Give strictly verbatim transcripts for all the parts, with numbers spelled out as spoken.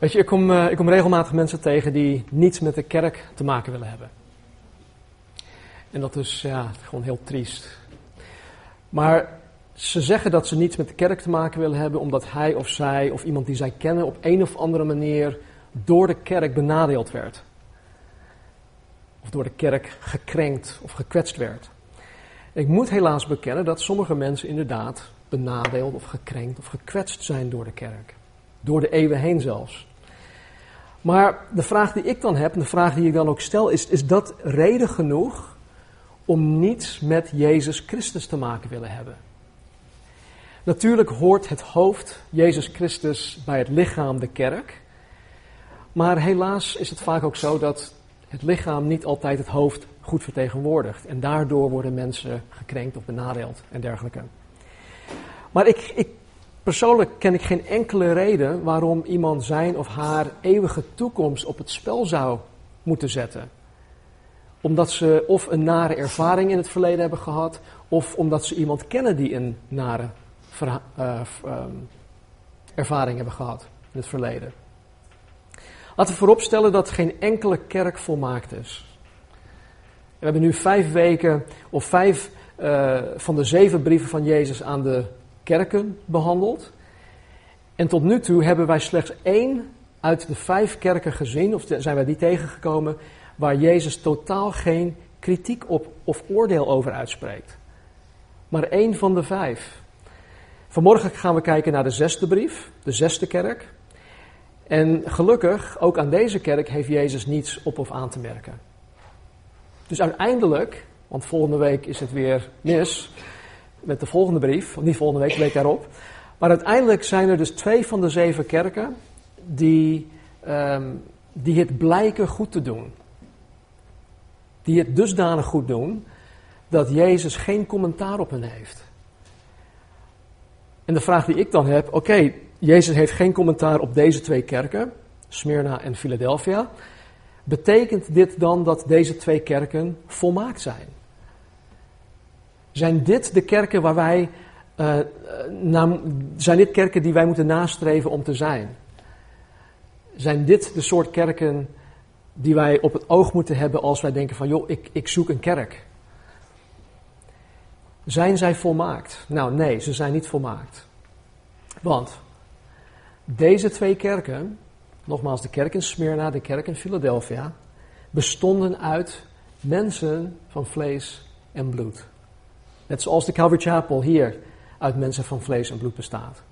Weet je, ik kom, uh, ik kom regelmatig mensen tegen die niets met de kerk te maken willen hebben. En dat is ja, gewoon heel triest. Maar ze zeggen dat ze niets met de kerk te maken willen hebben omdat hij of zij of iemand die zij kennen op een of andere manier door de kerk benadeeld werd. Of door de kerk gekrenkt of gekwetst werd. Ik moet helaas bekennen dat sommige mensen inderdaad benadeeld of gekrenkt of gekwetst zijn door de kerk. Door de eeuwen heen zelfs. Maar de vraag die ik dan heb, en de vraag die ik dan ook stel, is, is dat reden genoeg om niets met Jezus Christus te maken willen hebben? Natuurlijk hoort het hoofd, Jezus Christus, bij het lichaam, de kerk. Maar helaas is het vaak ook zo dat het lichaam niet altijd het hoofd goed vertegenwoordigt. En daardoor worden mensen gekrenkt of benadeeld en dergelijke. Maar ik, ik, persoonlijk ken ik geen enkele reden waarom iemand zijn of haar eeuwige toekomst op het spel zou moeten zetten. Omdat ze of een nare ervaring in het verleden hebben gehad, of omdat ze iemand kennen die een nare verha- uh, uh, ervaring hebben gehad in het verleden. Laten we vooropstellen dat geen enkele kerk volmaakt is. We hebben nu vijf weken of vijf uh, van de zeven brieven van Jezus aan de kerken behandeld. En tot nu toe hebben wij slechts één uit de vijf kerken gezien, of zijn wij die tegengekomen, waar Jezus totaal geen kritiek op of oordeel over uitspreekt. Maar één van de vijf. Vanmorgen gaan we kijken naar de zesde brief, de zesde kerk. En gelukkig, ook aan deze kerk heeft Jezus niets op of aan te merken. Dus uiteindelijk, want volgende week is het weer mis met de volgende brief, of niet volgende week, de week daarop. Maar uiteindelijk zijn er dus twee van de zeven kerken die, um, die het blijken goed te doen. Die het dusdanig goed doen dat Jezus geen commentaar op hen heeft. En de vraag die ik dan heb, oké, okay, Jezus heeft geen commentaar op deze twee kerken, Smyrna en Philadelphia. Betekent dit dan dat deze twee kerken volmaakt zijn? Zijn dit de kerken waar wij, uh, na, zijn dit kerken die wij moeten nastreven om te zijn? Zijn dit de soort kerken die wij op het oog moeten hebben als wij denken van, joh, ik, ik zoek een kerk? Zijn zij volmaakt? Nou, nee, ze zijn niet volmaakt. Want deze twee kerken, nogmaals de kerk in Smyrna, de kerk in Philadelphia, bestonden uit mensen van vlees en bloed. Net zoals de Calvary Chapel hier uit mensen van vlees en bloed bestaat.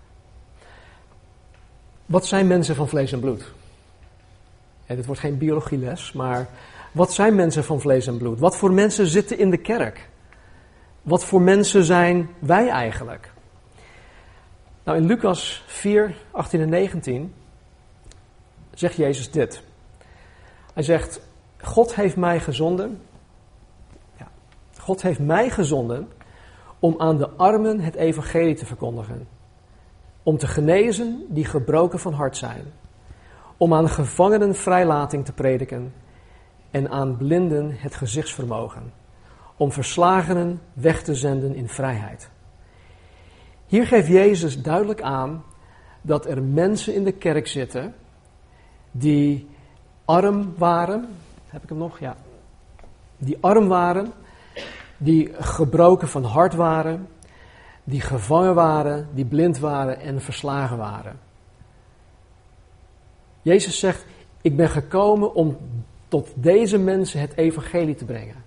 Wat zijn mensen van vlees en bloed? Ja, dit wordt geen biologieles, maar wat zijn mensen van vlees en bloed? Wat voor mensen zitten in de kerk? Wat voor mensen zijn wij eigenlijk? Nou, in Lucas vier, achttien en negentien zegt Jezus dit. Hij zegt, God heeft mij gezonden. Ja, God heeft mij gezonden om aan de armen het evangelie te verkondigen. Om te genezen die gebroken van hart zijn. Om aan gevangenen vrijlating te prediken. En aan blinden het gezichtsvermogen. Om verslagenen weg te zenden in vrijheid. Hier geeft Jezus duidelijk aan dat er mensen in de kerk zitten die arm waren. Heb ik hem nog? Ja. Die arm waren, die gebroken van hart waren, die gevangen waren, die blind waren en verslagen waren. Jezus zegt, ik ben gekomen om tot deze mensen het evangelie te brengen.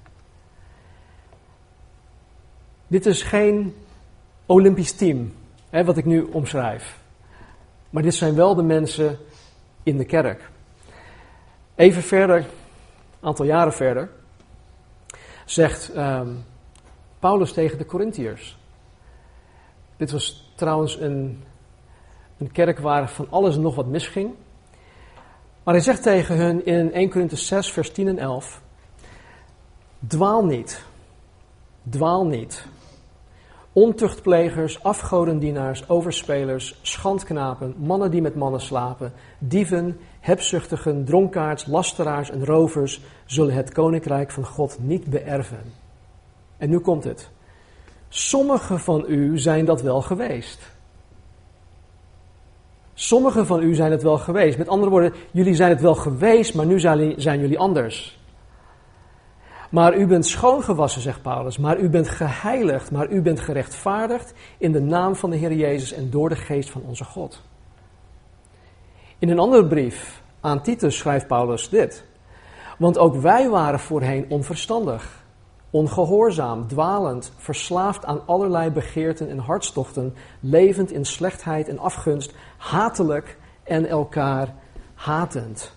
Dit is geen Olympisch team, hè, wat ik nu omschrijf. Maar dit zijn wel de mensen in de kerk. Even verder, een aantal jaren verder, zegt um, Paulus tegen de Korintiërs. Dit was trouwens een, een kerk waar van alles en nog wat misging. Maar hij zegt tegen hun in eerste Korintiërs zes, vers tien en elf. Dwaal niet, dwaal niet. Ontuchtplegers, afgodendienaars, overspelers, schandknapen, mannen die met mannen slapen, dieven, hebzuchtigen, dronkaards, lasteraars en rovers zullen het koninkrijk van God niet beërven. En nu komt het. Sommigen van u zijn dat wel geweest. Sommigen van u zijn het wel geweest. Met andere woorden, jullie zijn het wel geweest, maar nu zijn, zijn jullie anders. Maar u bent schoongewassen, zegt Paulus, maar u bent geheiligd, maar u bent gerechtvaardigd in de naam van de Heer Jezus en door de geest van onze God. In een andere brief aan Titus schrijft Paulus dit. Want ook wij waren voorheen onverstandig, ongehoorzaam, dwalend, verslaafd aan allerlei begeerten en hartstochten, levend in slechtheid en afgunst, hatelijk en elkaar hatend.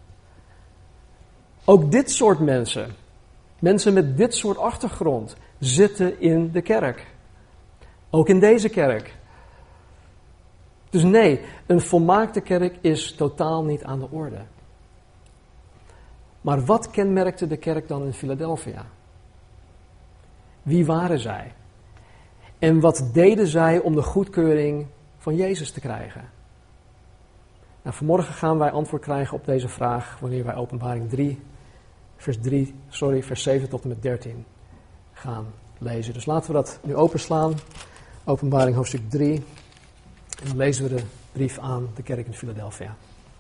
Ook dit soort mensen, mensen met dit soort achtergrond, zitten in de kerk. Ook in deze kerk. Dus nee, een volmaakte kerk is totaal niet aan de orde. Maar wat kenmerkte de kerk dan in Philadelphia? Wie waren zij? En wat deden zij om de goedkeuring van Jezus te krijgen? Nou, vanmorgen gaan wij antwoord krijgen op deze vraag wanneer wij Openbaring drie, vers drie, sorry, vers zeven tot en met dertien gaan lezen. Dus laten we dat nu openslaan. Openbaring hoofdstuk drie. En dan lezen we de brief aan de kerk in Philadelphia.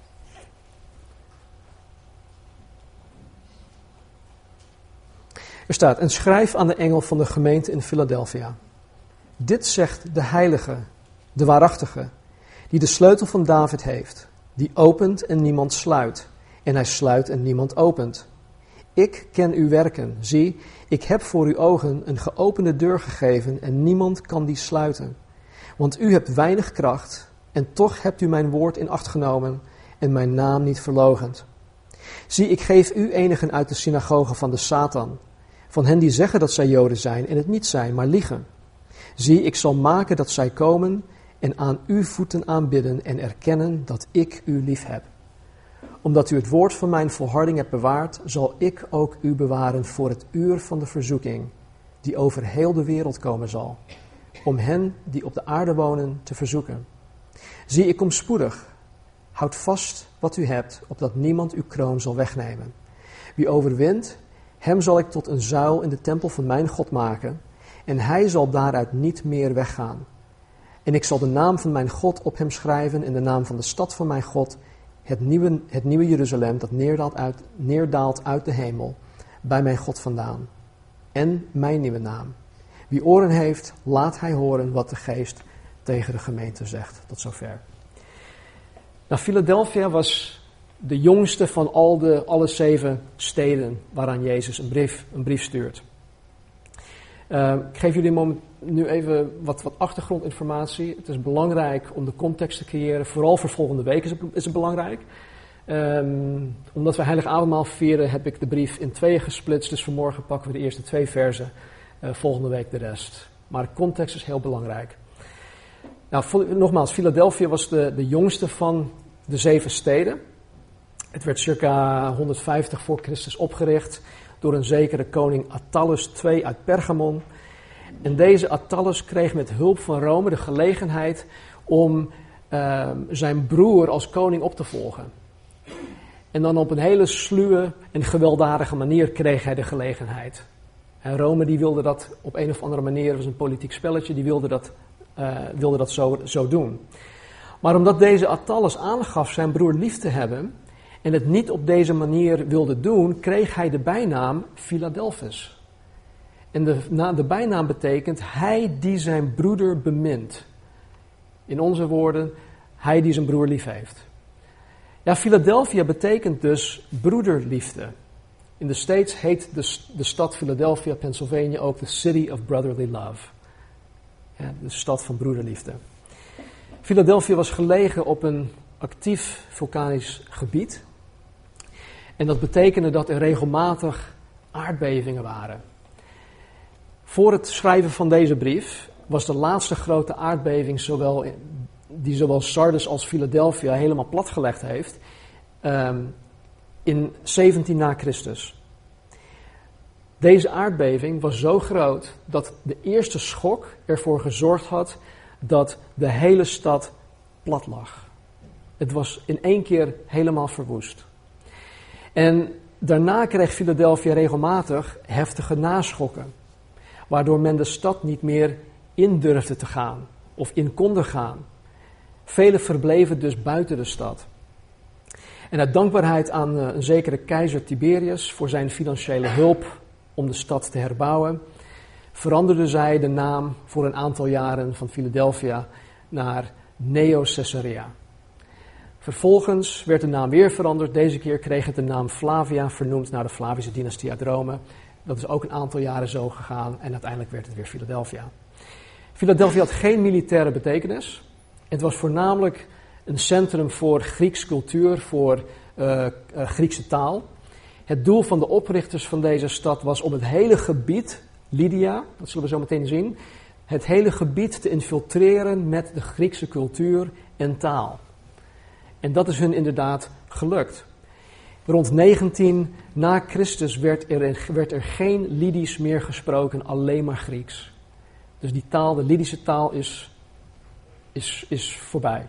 Er staat, en schrijf aan de engel van de gemeente in Philadelphia. Dit zegt de heilige, de waarachtige, die de sleutel van David heeft, die opent en niemand sluit, en hij sluit en niemand opent. Ik ken uw werken, zie, ik heb voor uw ogen een geopende deur gegeven en niemand kan die sluiten. Want u hebt weinig kracht en toch hebt u mijn woord in acht genomen en mijn naam niet verloochend. Zie, ik geef u enigen uit de synagoge van de Satan, van hen die zeggen dat zij Joden zijn en het niet zijn, maar liegen. Zie, ik zal maken dat zij komen en aan uw voeten aanbidden en erkennen dat ik u lief heb. Omdat u het woord van mijn volharding hebt bewaard, zal ik ook u bewaren voor het uur van de verzoeking, die over heel de wereld komen zal, om hen die op de aarde wonen te verzoeken. Zie, ik kom spoedig. Houd vast wat u hebt, opdat niemand uw kroon zal wegnemen. Wie overwint, hem zal ik tot een zuil in de tempel van mijn God maken, en hij zal daaruit niet meer weggaan. En ik zal de naam van mijn God op hem schrijven en de naam van de stad van mijn God, het nieuwe, het nieuwe Jeruzalem dat neerdaalt uit, neerdaalt uit de hemel, bij mijn God vandaan. En mijn nieuwe naam. Wie oren heeft, laat hij horen wat de geest tegen de gemeente zegt. Tot zover. Nou, Philadelphia was de jongste van al de, alle zeven steden waaraan Jezus een brief, een brief stuurt. Uh, ik geef jullie moment, nu even wat, wat achtergrondinformatie. Het is belangrijk om de context te creëren. Vooral voor volgende week is het, is het belangrijk. Um, omdat we Heilig Avondmaal vieren, heb ik de brief in tweeën gesplitst. Dus vanmorgen pakken we de eerste twee versen. Uh, volgende week de rest. Maar de context is heel belangrijk. Nou, nogmaals, Philadelphia was de, de jongste van de zeven steden. Het werd circa honderdvijftig voor Christus opgericht door een zekere koning Attalus de tweede uit Pergamon. En deze Attalus kreeg met hulp van Rome de gelegenheid om uh, zijn broer als koning op te volgen. En dan op een hele sluwe en gewelddadige manier kreeg hij de gelegenheid. En Rome die wilde dat op een of andere manier, het was een politiek spelletje, die wilde dat, uh, wilde dat zo, zo doen. Maar omdat deze Attalus aangaf zijn broer lief te hebben en het niet op deze manier wilde doen, kreeg hij de bijnaam Philadelphus. En de, na, de bijnaam betekent hij die zijn broeder bemint. In onze woorden, hij die zijn broer lief heeft. Ja, Philadelphia betekent dus broederliefde. In de States heet de, de stad Philadelphia, Pennsylvania, ook de City of Brotherly Love. Ja, de stad van broederliefde. Philadelphia was gelegen op een actief vulkanisch gebied. En dat betekende dat er regelmatig aardbevingen waren. Voor het schrijven van deze brief was de laatste grote aardbeving, zowel in, die zowel Sardis als Philadelphia helemaal platgelegd heeft, um, in zeventien na Christus. Deze aardbeving was zo groot dat de eerste schok ervoor gezorgd had dat de hele stad plat lag. Het was in één keer helemaal verwoest. En daarna kreeg Philadelphia regelmatig heftige naschokken, waardoor men de stad niet meer in durfde te gaan of in konde gaan. Velen verbleven dus buiten de stad. En uit dankbaarheid aan een zekere keizer Tiberius voor zijn financiële hulp om de stad te herbouwen, veranderden zij de naam voor een aantal jaren van Philadelphia naar Neo-Caesarea. Vervolgens werd de naam weer veranderd. Deze keer kreeg het de naam Flavia, vernoemd naar de Flavische dynastie uit Rome. Dat is ook een aantal jaren zo gegaan en uiteindelijk werd het weer Philadelphia. Philadelphia had geen militaire betekenis. Het was voornamelijk een centrum voor Griekse cultuur, voor uh, uh, Griekse taal. Het doel van de oprichters van deze stad was om het hele gebied, Lydia, dat zullen we zo meteen zien, het hele gebied te infiltreren met de Griekse cultuur en taal. En dat is hun inderdaad gelukt. Rond negentien na Christus werd er, werd er geen Lydisch meer gesproken, alleen maar Grieks. Dus die taal, de Lydische taal, is, is, is voorbij.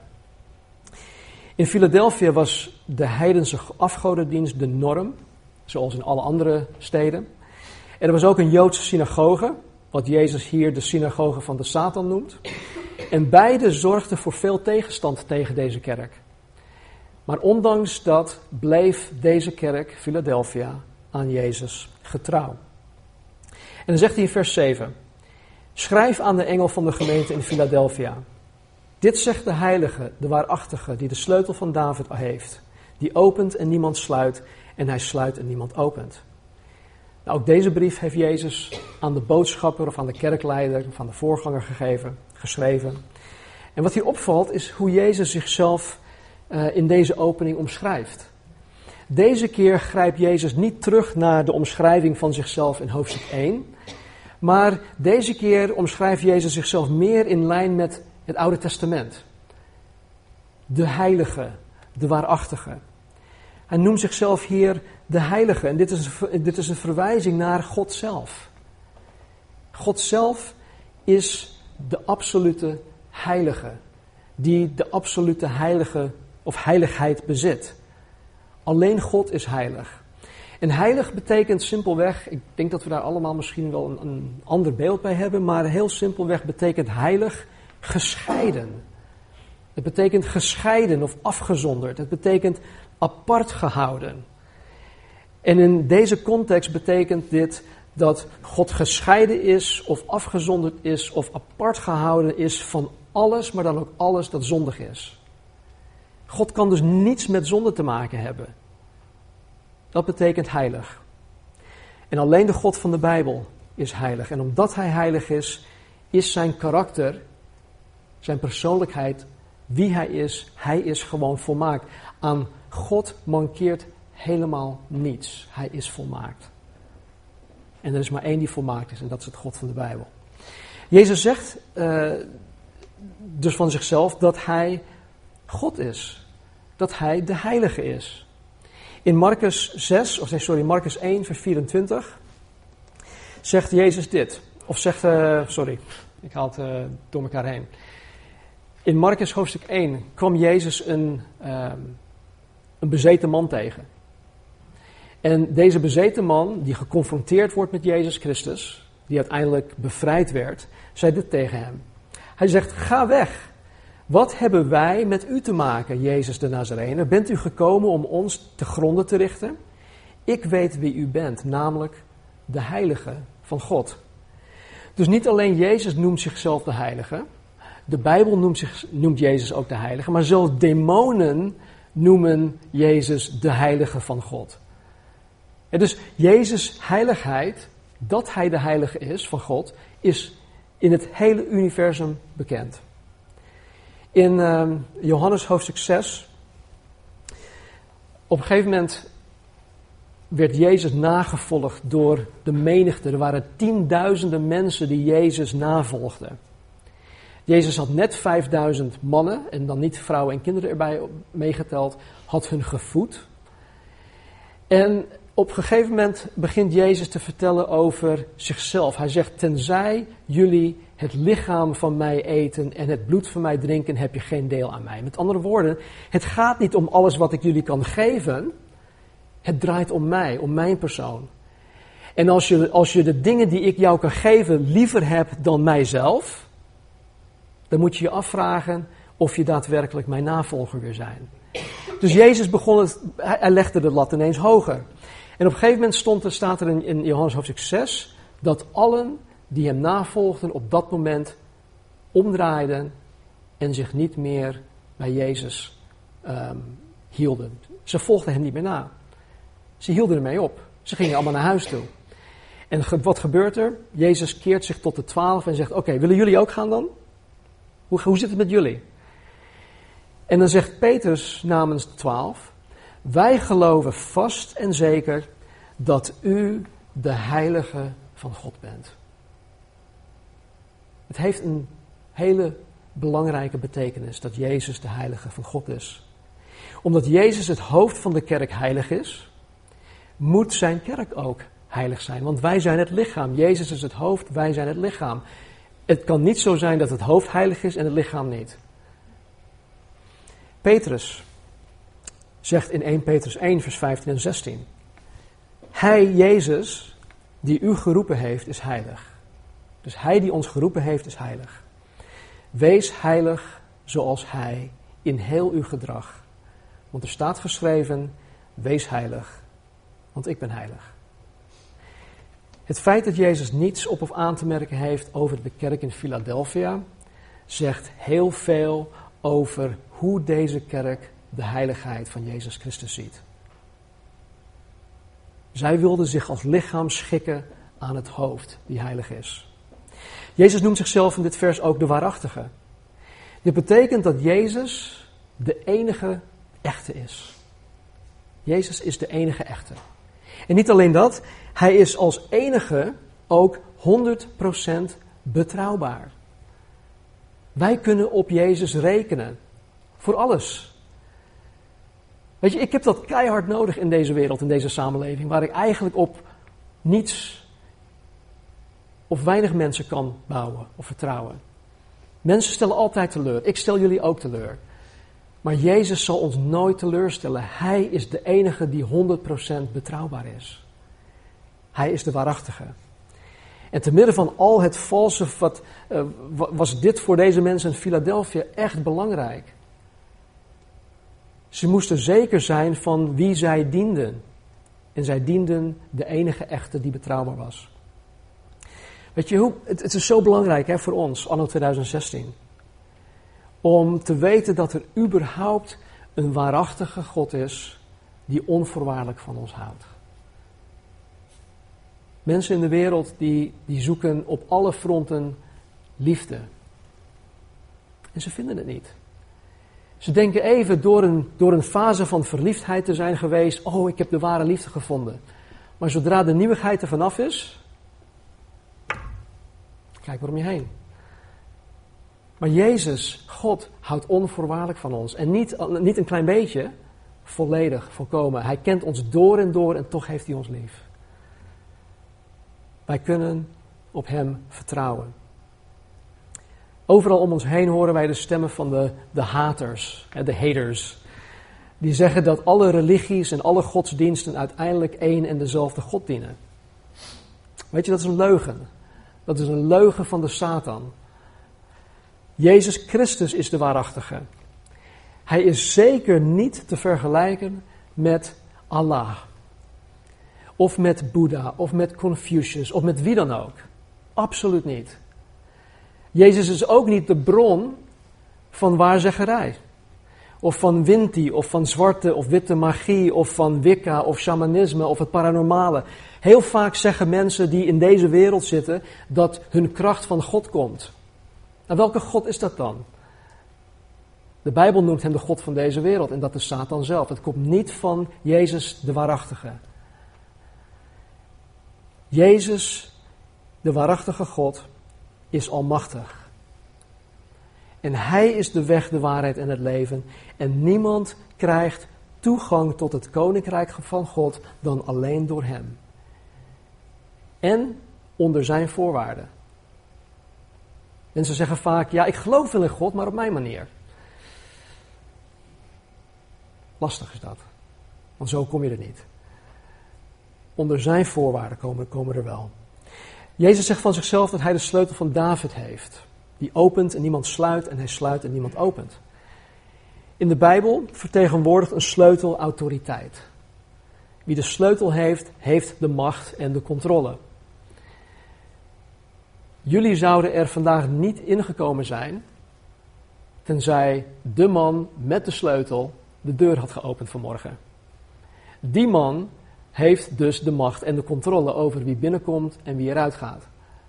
In Philadelphia was de heidense afgodendienst de norm, zoals in alle andere steden. En er was ook een Joodse synagoge, wat Jezus hier de synagoge van de Satan noemt. En beide zorgden voor veel tegenstand tegen deze kerk. Maar ondanks dat bleef deze kerk, Philadelphia, aan Jezus getrouw. En dan zegt hij in vers zeven. Schrijf aan de engel van de gemeente in Philadelphia. Dit zegt de heilige, de waarachtige, die de sleutel van David heeft. Die opent en niemand sluit en hij sluit en niemand opent. Nou, ook deze brief heeft Jezus aan de boodschapper of aan de kerkleider of aan de voorganger gegeven, geschreven. En wat hier opvalt is hoe Jezus zichzelf uh, in deze opening omschrijft. Deze keer grijpt Jezus niet terug naar de omschrijving van zichzelf in hoofdstuk één. Maar deze keer omschrijft Jezus zichzelf meer in lijn met het Oude Testament. De heilige, de waarachtige. Hij noemt zichzelf hier de heilige. En dit is, dit is een verwijzing naar God zelf. God zelf is de absolute heilige. Die de absolute heilige of heiligheid bezit. Alleen God is heilig. En heilig betekent simpelweg, ik denk dat we daar allemaal misschien wel een, een ander beeld bij hebben, maar heel simpelweg betekent heilig gescheiden. Het betekent gescheiden of afgezonderd. Het betekent apart gehouden. En in deze context betekent dit dat God gescheiden is of afgezonderd is of apart gehouden is van alles, maar dan ook alles dat zondig is. God kan dus niets met zonde te maken hebben. Dat betekent heilig. En alleen de God van de Bijbel is heilig. En omdat hij heilig is, is zijn karakter, zijn persoonlijkheid, wie hij is, hij is gewoon volmaakt. Aan God mankeert helemaal niets. Hij is volmaakt. En er is maar één die volmaakt is en dat is het God van de Bijbel. Jezus zegt uh, dus van zichzelf dat hij God is. Dat hij de heilige is. In Marcus zes, of sorry, Marcus één, vers vierentwintig, zegt Jezus dit. Of zegt, uh, sorry, ik haal het uh, door elkaar heen. In Marcus hoofdstuk één kwam Jezus een, uh, een bezeten man tegen. En deze bezeten man, die geconfronteerd wordt met Jezus Christus, die uiteindelijk bevrijd werd, zei dit tegen hem. Hij zegt, ga weg. Wat hebben wij met u te maken, Jezus de Nazarener? Bent u gekomen om ons te gronden te richten? Ik weet wie u bent, namelijk de heilige van God. Dus niet alleen Jezus noemt zichzelf de heilige. De Bijbel noemt, zich, noemt Jezus ook de heilige. Maar zelfs demonen noemen Jezus de heilige van God. En dus Jezus' heiligheid, dat hij de heilige is van God, is in het hele universum bekend. In uh, Johannes hoofdstuk zes, op een gegeven moment werd Jezus nagevolgd door de menigte. Er waren tienduizenden mensen die Jezus navolgden. Jezus had net vijfduizend mannen, en dan niet vrouwen en kinderen erbij meegeteld, had hun gevoed. En op een gegeven moment begint Jezus te vertellen over zichzelf. Hij zegt, tenzij jullie het lichaam van mij eten en het bloed van mij drinken, heb je geen deel aan mij. Met andere woorden, het gaat niet om alles wat ik jullie kan geven. Het draait om mij, om mijn persoon. En als je, als je de dingen die ik jou kan geven liever hebt dan mijzelf, dan moet je je afvragen of je daadwerkelijk mijn navolger wil zijn. Dus Jezus begon het, hij legde de lat ineens hoger. En op een gegeven moment stond er, staat er in, in Johannes hoofdstuk zes, dat allen die hem navolgden op dat moment omdraaiden en zich niet meer bij Jezus um, hielden. Ze volgden hem niet meer na. Ze hielden ermee op. Ze gingen allemaal naar huis toe. En ge- wat gebeurt er? Jezus keert zich tot de twaalf en zegt, oké, okay, willen jullie ook gaan dan? Hoe, hoe zit het met jullie? En dan zegt Petrus namens de twaalf, wij geloven vast en zeker dat u de heilige van God bent. Het heeft een hele belangrijke betekenis dat Jezus de heilige van God is. Omdat Jezus het hoofd van de kerk heilig is, moet zijn kerk ook heilig zijn. Want wij zijn het lichaam. Jezus is het hoofd, wij zijn het lichaam. Het kan niet zo zijn dat het hoofd heilig is en het lichaam niet. Petrus zegt in eerste Petrus één vers vijftien en zestien. Hij, Jezus, die u geroepen heeft, is heilig. Dus hij die ons geroepen heeft, is heilig. Wees heilig zoals hij in heel uw gedrag. Want er staat geschreven, wees heilig, want ik ben heilig. Het feit dat Jezus niets op of aan te merken heeft over de kerk in Philadelphia, zegt heel veel over hoe deze kerk de heiligheid van Jezus Christus ziet. Zij wilden zich als lichaam schikken aan het hoofd, die heilig is. Jezus noemt zichzelf in dit vers ook de waarachtige. Dit betekent dat Jezus de enige echte is. Jezus is de enige echte. En niet alleen dat, hij is als enige ook honderd procent betrouwbaar. Wij kunnen op Jezus rekenen. Voor alles. Weet je, ik heb dat keihard nodig in deze wereld, in deze samenleving, waar ik eigenlijk op niets of weinig mensen kan bouwen of vertrouwen. Mensen stellen altijd teleur. Ik stel jullie ook teleur. Maar Jezus zal ons nooit teleurstellen. Hij is de enige die honderd procent betrouwbaar is. Hij is de waarachtige. En te midden van al het valse, wat, uh, was dit voor deze mensen in Philadelphia echt belangrijk. Ze moesten zeker zijn van wie zij dienden. En zij dienden de enige echte die betrouwbaar was. Weet je, hoe, het, het is zo belangrijk hè, voor ons, anno twintig zestien. Om te weten dat er überhaupt een waarachtige God is die onvoorwaardelijk van ons houdt. Mensen in de wereld die, die zoeken op alle fronten liefde. En ze vinden het niet. Ze denken even door een, door een fase van verliefdheid te zijn geweest. Oh, ik heb de ware liefde gevonden. Maar zodra de nieuwigheid er vanaf is, kijk maar om je heen. Maar Jezus, God, houdt onvoorwaardelijk van ons. En niet, niet een klein beetje, volledig, volkomen. Hij kent ons door en door en toch heeft hij ons lief. Wij kunnen op hem vertrouwen. Overal om ons heen horen wij de stemmen van de, de haters, de haters. Die zeggen dat alle religies en alle godsdiensten uiteindelijk één en dezelfde God dienen. Weet je, dat is een leugen. Dat is een leugen van de Satan. Jezus Christus is de waarachtige. Hij is zeker niet te vergelijken met Allah. Of met Boeddha, of met Confucius, of met wie dan ook. Absoluut niet. Jezus is ook niet de bron van waarzeggerij. Of van Winti, of van zwarte of witte magie, of van Wicca, of shamanisme, of het paranormale. Heel vaak zeggen mensen die in deze wereld zitten dat hun kracht van God komt. En welke God is dat dan? De Bijbel noemt hem de God van deze wereld en dat is Satan zelf. Het komt niet van Jezus de waarachtige. Jezus, de waarachtige God, is almachtig. En hij is de weg, de waarheid en het leven. En niemand krijgt toegang tot het koninkrijk van God dan alleen door hem. En onder zijn voorwaarden. Mensen zeggen vaak, ja, ik geloof wel in God, maar op mijn manier. Lastig is dat. Want zo kom je er niet. Onder zijn voorwaarden komen, komen er wel. Jezus zegt van zichzelf dat hij de sleutel van David heeft. Die opent en niemand sluit en hij sluit en niemand opent. In de Bijbel vertegenwoordigt een sleutel autoriteit. Wie de sleutel heeft, heeft de macht en de controle. Jullie zouden er vandaag niet ingekomen zijn, tenzij de man met de sleutel de deur had geopend vanmorgen. Die man heeft dus de macht en de controle over wie binnenkomt en wie eruit gaat.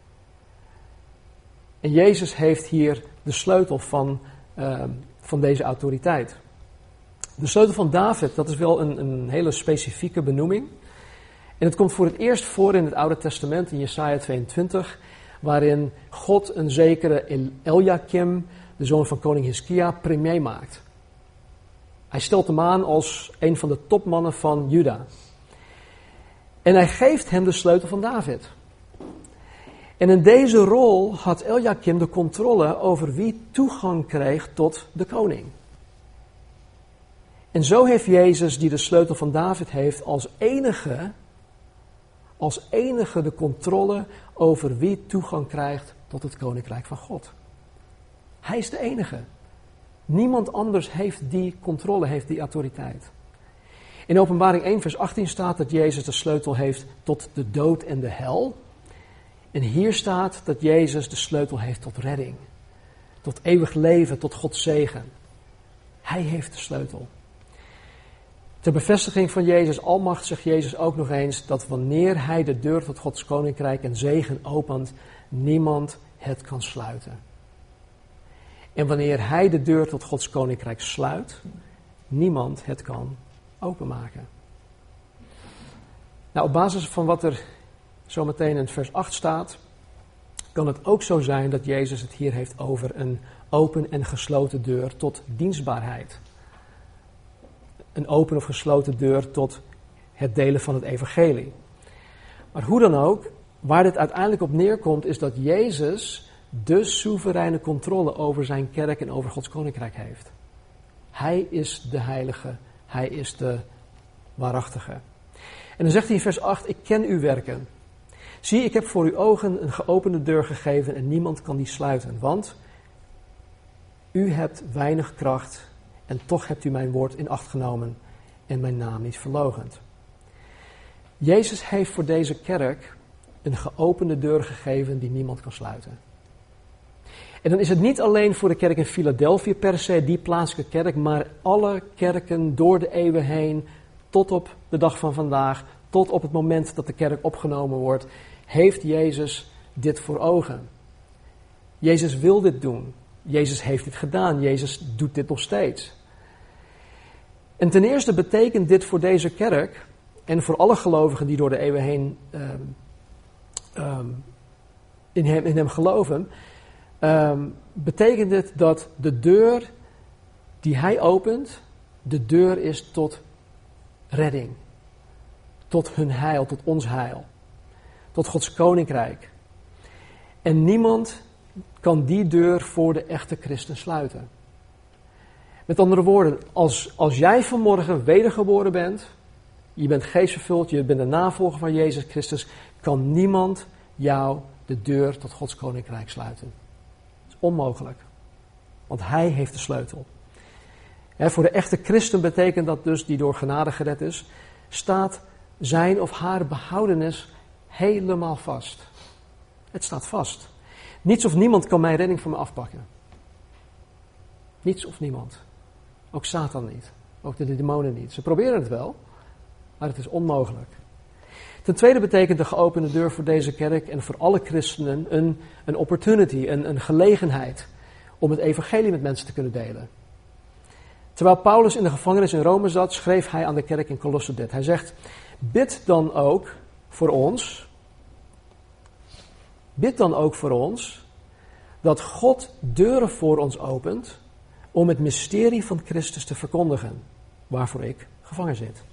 En Jezus heeft hier de sleutel van, uh, van deze autoriteit. De sleutel van David, dat is wel een, een hele specifieke benoeming. En het komt voor het eerst voor in het Oude Testament, in Jesaja tweeëntwintig, waarin God een zekere Eliakim, de zoon van koning Hiskia, premier maakt. Hij stelt hem aan als een van de topmannen van Juda. En hij geeft hem de sleutel van David. En in deze rol had Eliakim de controle over wie toegang kreeg tot de koning. En zo heeft Jezus, die de sleutel van David heeft, als enige, als enige de controle over wie toegang krijgt tot het koninkrijk van God. Hij is de enige. Niemand anders heeft die controle, heeft die autoriteit. In Openbaring één vers achttien staat dat Jezus de sleutel heeft tot de dood en de hel. En hier staat dat Jezus de sleutel heeft tot redding. Tot eeuwig leven, tot Gods zegen. Hij heeft de sleutel. Ter bevestiging van Jezus' almacht zegt Jezus ook nog eens dat wanneer hij de deur tot Gods koninkrijk en zegen opent, niemand het kan sluiten. En wanneer hij de deur tot Gods koninkrijk sluit, niemand het kan openmaken. Nou, op basis van wat er zometeen in vers acht staat, kan het ook zo zijn dat Jezus het hier heeft over een open en gesloten deur tot dienstbaarheid. Een open of gesloten deur tot het delen van het evangelie. Maar hoe dan ook, waar dit uiteindelijk op neerkomt, is dat Jezus de soevereine controle over zijn kerk en over Gods koninkrijk heeft. Hij is de heilige, hij is de waarachtige. En dan zegt hij in vers acht, ik ken uw werken. Zie, ik heb voor uw ogen een geopende deur gegeven en niemand kan die sluiten. Want u hebt weinig kracht en toch hebt u mijn woord in acht genomen en mijn naam niet verloochend. Jezus heeft voor deze kerk een geopende deur gegeven die niemand kan sluiten. En dan is het niet alleen voor de kerk in Philadelphia per se, die plaatselijke kerk, maar alle kerken door de eeuwen heen, tot op de dag van vandaag, tot op het moment dat de kerk opgenomen wordt, heeft Jezus dit voor ogen. Jezus wil dit doen. Jezus heeft dit gedaan. Jezus doet dit nog steeds. En ten eerste betekent dit voor deze kerk en voor alle gelovigen die door de eeuwen heen um, um, in, hem, in hem geloven, um, betekent dit dat de deur die hij opent, de deur is tot redding. Tot hun heil, tot ons heil. Tot Gods koninkrijk. En niemand kan die deur voor de echte christen sluiten. Met andere woorden, als, als jij vanmorgen wedergeboren bent, je bent geestvervuld, je bent een navolger van Jezus Christus, kan niemand jou de deur tot Gods koninkrijk sluiten. Dat is onmogelijk. Want hij heeft de sleutel. He, voor de echte christen betekent dat dus, die door genade gered is, staat zijn of haar behoudenis helemaal vast. Het staat vast. Niets of niemand kan mijn redding van me afpakken. Niets of niemand. Ook Satan niet. Ook de demonen niet. Ze proberen het wel, maar het is onmogelijk. Ten tweede betekent de geopende deur voor deze kerk en voor alle christenen een, een opportunity, een, een gelegenheid om het evangelie met mensen te kunnen delen. Terwijl Paulus in de gevangenis in Rome zat, schreef hij aan de kerk in Colosse dit. Hij zegt, bid dan ook voor ons, bid dan ook voor ons, dat God deuren voor ons opent om het mysterie van Christus te verkondigen, waarvoor ik gevangen zit.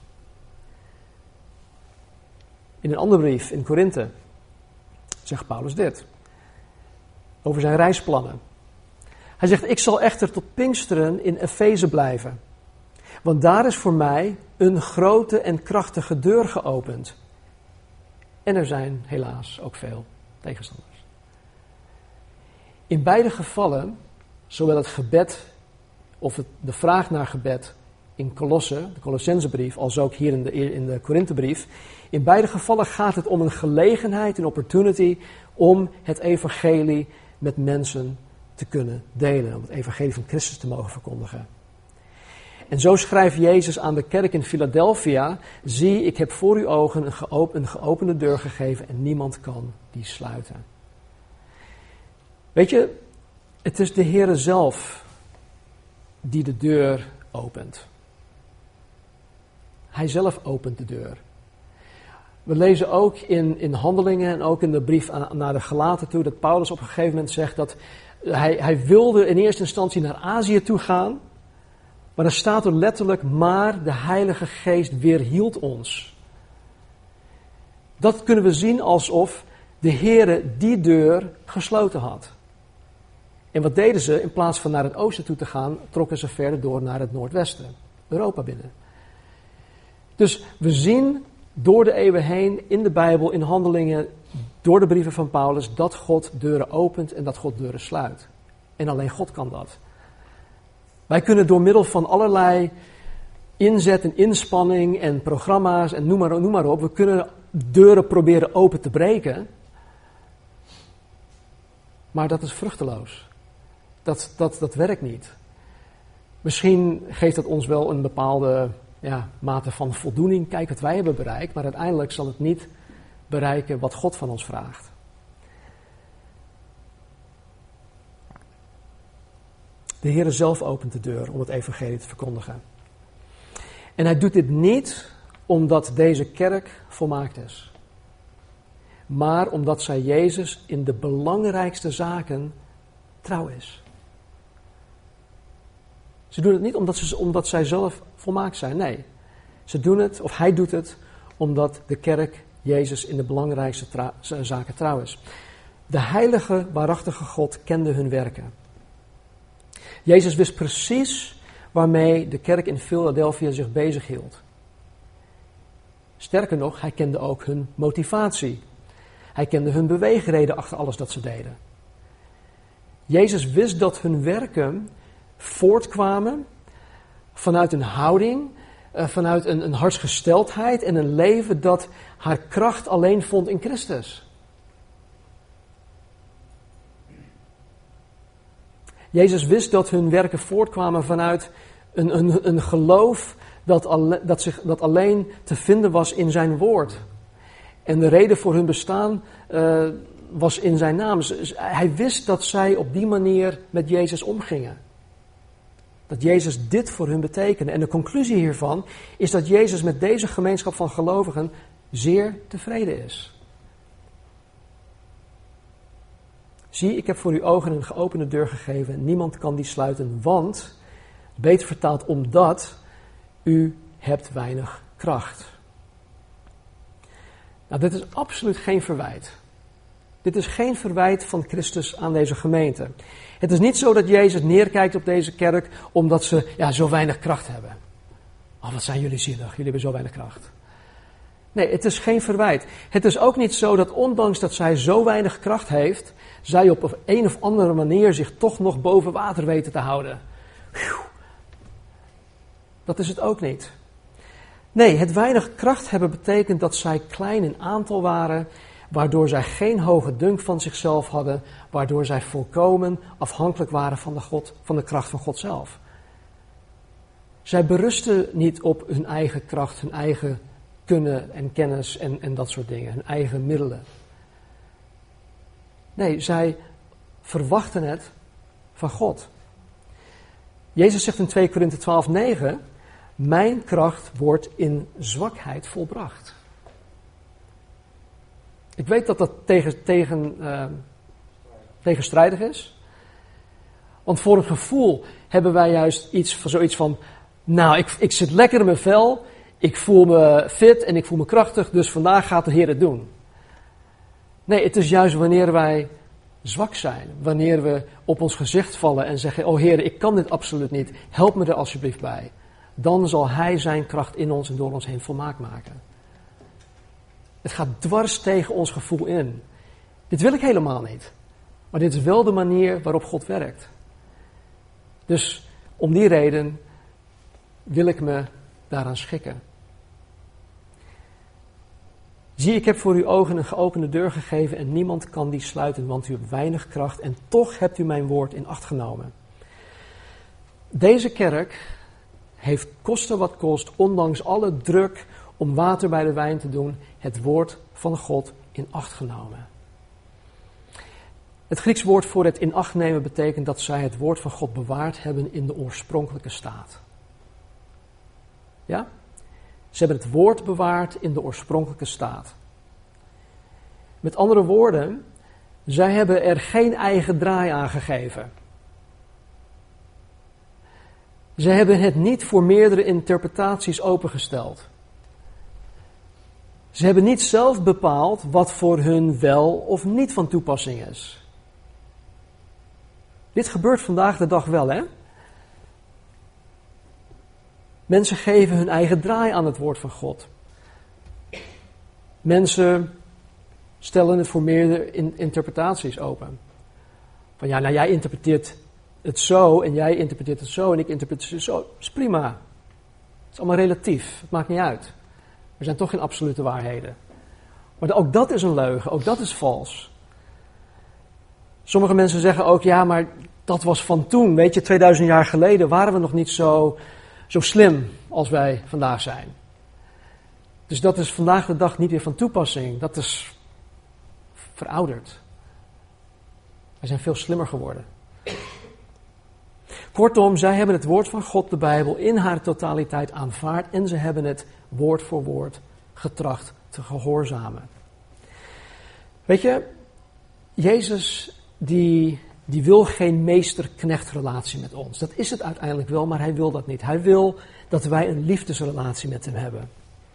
In een andere brief in Korinthe zegt Paulus dit, over zijn reisplannen. Hij zegt, ik zal echter tot Pinksteren in Efeze blijven, want daar is voor mij een grote en krachtige deur geopend. En er zijn helaas ook veel tegenstanders. In beide gevallen, zowel het gebed of het, de vraag naar gebed in Kolosse, de Colossensebrief, als ook hier in de, in de Korinthebrief. In beide gevallen gaat het om een gelegenheid, een opportunity, om het evangelie met mensen te kunnen delen. Om het evangelie van Christus te mogen verkondigen. En zo schrijft Jezus aan de kerk in Philadelphia: zie, ik heb voor uw ogen een, geop- een geopende deur gegeven en niemand kan die sluiten. Weet je, het is de Heere zelf die de deur opent. Hij zelf opent de deur. We lezen ook in, in Handelingen en ook in de brief aan, naar de Galaten toe, dat Paulus op een gegeven moment zegt dat hij, hij wilde in eerste instantie naar Azië toe gaan. Maar er staat er letterlijk, maar de Heilige Geest weerhield ons. Dat kunnen we zien alsof de Heere die deur gesloten had. En wat deden ze? In plaats van naar het oosten toe te gaan, trokken ze verder door naar het noordwesten. Europa binnen. Dus we zien door de eeuwen heen in de Bijbel, in Handelingen, door de brieven van Paulus, dat God deuren opent en dat God deuren sluit. En alleen God kan dat. Wij kunnen door middel van allerlei inzet en inspanning en programma's en noem maar, noem maar op, we kunnen deuren proberen open te breken. Maar dat is vruchteloos. Dat, dat, dat werkt niet. Misschien geeft dat ons wel een bepaalde ja, mate van voldoening. Kijk wat wij hebben bereikt, maar uiteindelijk zal het niet bereiken wat God van ons vraagt. De Heere zelf opent de deur om het evangelie te verkondigen. En hij doet dit niet omdat deze kerk volmaakt is. Maar omdat zij Jezus in de belangrijkste zaken trouw is. Ze doen het niet omdat, ze, omdat zij zelf volmaakt zijn. Nee, ze doen het, of hij doet het, omdat de kerk Jezus in de belangrijkste tra- zaken trouw is. De heilige, waarachtige God kende hun werken. Jezus wist precies waarmee de kerk in Philadelphia zich bezighield. Sterker nog, hij kende ook hun motivatie. Hij kende hun beweegreden achter alles dat ze deden. Jezus wist dat hun werken voortkwamen vanuit een houding, vanuit een, een hartsgesteldheid en een leven dat haar kracht alleen vond in Christus. Jezus wist dat hun werken voortkwamen vanuit een, een, een geloof dat, alle, dat, zich, dat alleen te vinden was in zijn woord. En de reden voor hun bestaan uh, was in zijn naam. Hij wist dat zij op die manier met Jezus omgingen. Dat Jezus dit voor hun betekende. En de conclusie hiervan is dat Jezus met deze gemeenschap van gelovigen zeer tevreden is. Zie, ik heb voor uw ogen een geopende deur gegeven. Niemand kan die sluiten, want, beter vertaald, omdat u hebt weinig kracht. Nou, dit is absoluut geen verwijt. Dit is geen verwijt van Christus aan deze gemeente. Het is niet zo dat Jezus neerkijkt op deze kerk omdat ze ja, zo weinig kracht hebben. Oh, wat zijn jullie zielig, jullie hebben zo weinig kracht. Nee, het is geen verwijt. Het is ook niet zo dat ondanks dat zij zo weinig kracht heeft, zij op een of andere manier zich toch nog boven water weten te houden. Dat is het ook niet. Nee, het weinig kracht hebben betekent dat zij klein in aantal waren, waardoor zij geen hoge dunk van zichzelf hadden, waardoor zij volkomen afhankelijk waren van de, God, van de kracht van God zelf. Zij berusten niet op hun eigen kracht, hun eigen kunnen en kennis en, en dat soort dingen, hun eigen middelen. Nee, zij verwachten het van God. Jezus zegt in twee Korinthe twaalf negen, mijn kracht wordt in zwakheid volbracht. Ik weet dat dat tegen, tegen, uh, tegenstrijdig is. Want voor een gevoel hebben wij juist iets van zoiets van, nou, ik, ik zit lekker in mijn vel, ik voel me fit en ik voel me krachtig, dus vandaag gaat de Heer het doen. Nee, het is juist wanneer wij zwak zijn, wanneer we op ons gezicht vallen en zeggen, oh Heer, ik kan dit absoluut niet, help me er alsjeblieft bij. Dan zal Hij zijn kracht in ons en door ons heen volmaakt maken. Het gaat dwars tegen ons gevoel in. Dit wil ik helemaal niet. Maar dit is wel de manier waarop God werkt. Dus Om die reden wil ik me daaraan schikken. Zie, ik heb voor uw ogen een geopende deur gegeven en niemand kan die sluiten, want u hebt weinig kracht en toch hebt u mijn woord in acht genomen. Deze kerk heeft koste wat kost, ondanks alle druk om water bij de wijn te doen, het woord van God in acht genomen. Het Grieks woord voor het in acht nemen betekent dat zij het woord van God bewaard hebben in de oorspronkelijke staat. Ja? Ze hebben het woord bewaard in de oorspronkelijke staat. Met andere woorden, zij hebben er geen eigen draai aan gegeven. Ze hebben het niet voor meerdere interpretaties opengesteld. Ze hebben niet zelf bepaald wat voor hun wel of niet van toepassing is. Dit gebeurt vandaag de dag wel, hè? Mensen geven hun eigen draai aan het woord van God. Mensen stellen het voor meerdere interpretaties open. Van ja, nou jij interpreteert het zo en jij interpreteert het zo en ik interpreteer het zo. Dat is prima. Het is allemaal relatief. Het maakt niet uit. Er zijn toch geen absolute waarheden. Maar ook dat is een leugen. Ook dat is vals. Sommige mensen zeggen ook, ja, maar dat was van toen. Weet je, tweeduizend jaar geleden waren we nog niet zo, zo slim als wij vandaag zijn. Dus dat is vandaag de dag niet weer van toepassing. Dat is verouderd. Wij zijn veel slimmer geworden. Kortom, zij hebben het woord van God, de Bijbel, in haar totaliteit aanvaard en ze hebben het woord voor woord getracht te gehoorzamen. Weet je, Jezus die, die wil geen meester-knecht-relatie met ons. Dat is het uiteindelijk wel, maar hij wil dat niet. Hij wil dat wij een liefdesrelatie met hem hebben.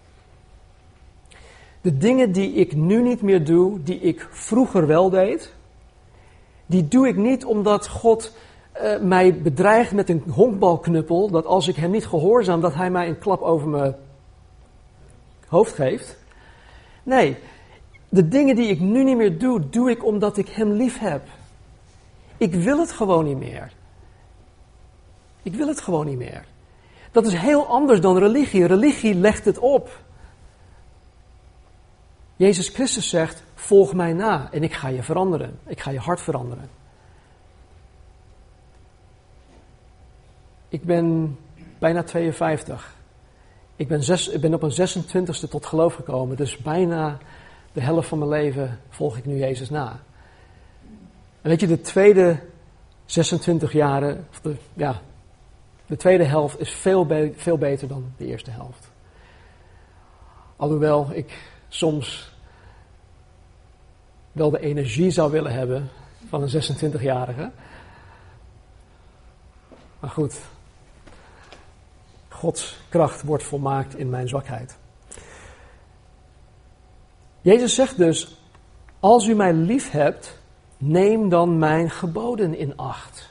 De dingen die ik nu niet meer doe, die ik vroeger wel deed, die doe ik niet omdat God uh, mij bedreigt met een honkbalknuppel, dat als ik hem niet gehoorzaam, dat hij mij een klap over mijn hoofd geeft. Nee, de dingen die ik nu niet meer doe, doe ik omdat ik hem lief heb. Ik wil het gewoon niet meer. Ik wil het gewoon niet meer. Dat is heel anders dan religie. Religie legt het op. Jezus Christus zegt, volg mij na en ik ga je veranderen. Ik ga je hart veranderen. Ik ben bijna tweeënvijftig. Ik ben, zes, ik ben op een zesentwintigste tot geloof gekomen, dus bijna de helft van mijn leven volg ik nu Jezus na. En weet je, de tweede zesentwintig jaren, of de, ja, de tweede helft is veel, be- veel beter dan de eerste helft. Alhoewel ik soms wel de energie zou willen hebben van een zesentwintigjarige. Maar goed, Gods kracht wordt volmaakt in mijn zwakheid. Jezus zegt dus, als u mij lief hebt, neem dan mijn geboden in acht.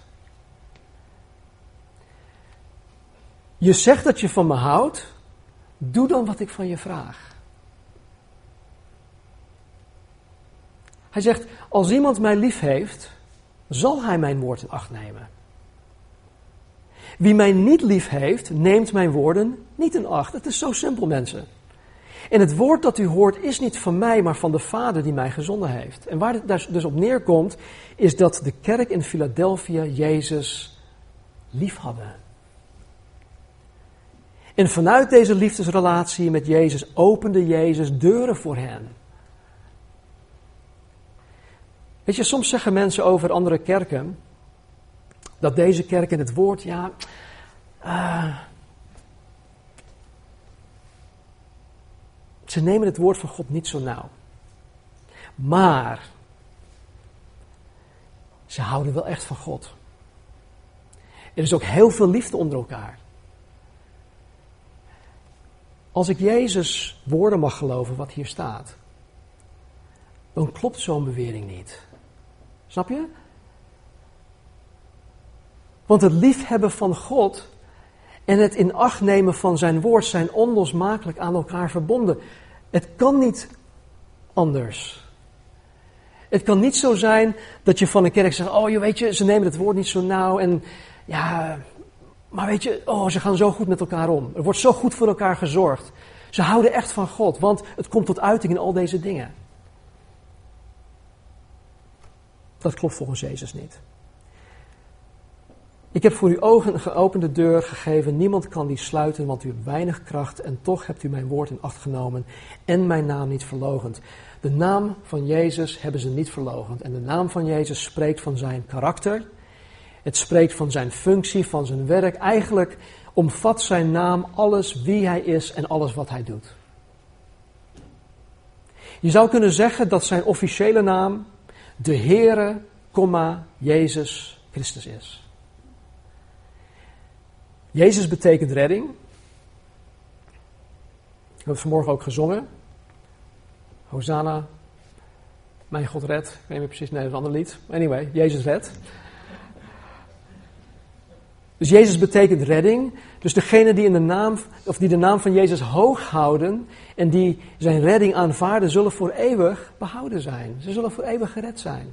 Je zegt dat je van me houdt, doe dan wat ik van je vraag. Hij zegt, als iemand mij lief heeft, zal hij mijn woord in acht nemen. Wie mij niet lief heeft, neemt mijn woorden niet in acht. Het is zo simpel, mensen. En het woord dat u hoort is niet van mij, maar van de Vader die mij gezonden heeft. En waar het dus op neerkomt, is dat de kerk in Philadelphia Jezus lief hadden. En vanuit deze liefdesrelatie met Jezus opende Jezus deuren voor hen. Weet je, soms zeggen mensen over andere kerken dat deze kerk in het woord, ja, uh, ze nemen het woord van God niet zo nauw. Maar ze houden wel echt van God. Er is ook heel veel liefde onder elkaar. Als ik Jezus woorden mag geloven, wat hier staat, dan klopt zo'n bewering niet. Snap je? Want het liefhebben van God en het in acht nemen van zijn woord zijn onlosmakelijk aan elkaar verbonden. Het kan niet anders. Het kan niet zo zijn dat je van een kerk zegt, oh je weet je, ze nemen het woord niet zo nauw en ja, Maar weet je, oh, ze gaan zo goed met elkaar om. Er wordt zo goed voor elkaar gezorgd. Ze houden echt van God, want het komt tot uiting in al deze dingen. Dat klopt volgens Jezus niet. Ik heb voor u ogen een geopende deur gegeven. Niemand kan die sluiten, want u hebt weinig kracht. En toch hebt u mijn woord in acht genomen en mijn naam niet verloochend. De naam van Jezus hebben ze niet verloochend. En de naam van Jezus spreekt van zijn karakter. Het spreekt van zijn functie, van zijn werk. Eigenlijk omvat zijn naam alles wie hij is en alles wat hij doet. Je zou kunnen zeggen dat zijn officiële naam de Heere, Jezus Christus is. Jezus betekent redding. We hebben het vanmorgen ook gezongen. Hosanna, mijn God red. Ik weet niet meer precies, nee, dat is een ander lied. Anyway, Jezus red. Dus Jezus betekent redding. Dus degene die, in de naam, of die de naam van Jezus hoog houden en die zijn redding aanvaarden, zullen voor eeuwig behouden zijn. Ze zullen voor eeuwig gered zijn.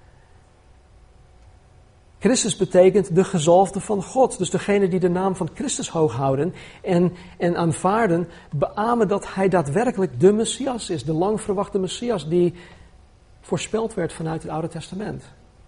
Christus betekent de gezalfde van God. Dus degene die de naam van Christus hoog houden en, en aanvaarden, beamen dat hij daadwerkelijk de Messias is. De lang verwachte Messias die voorspeld werd vanuit het Oude Testament.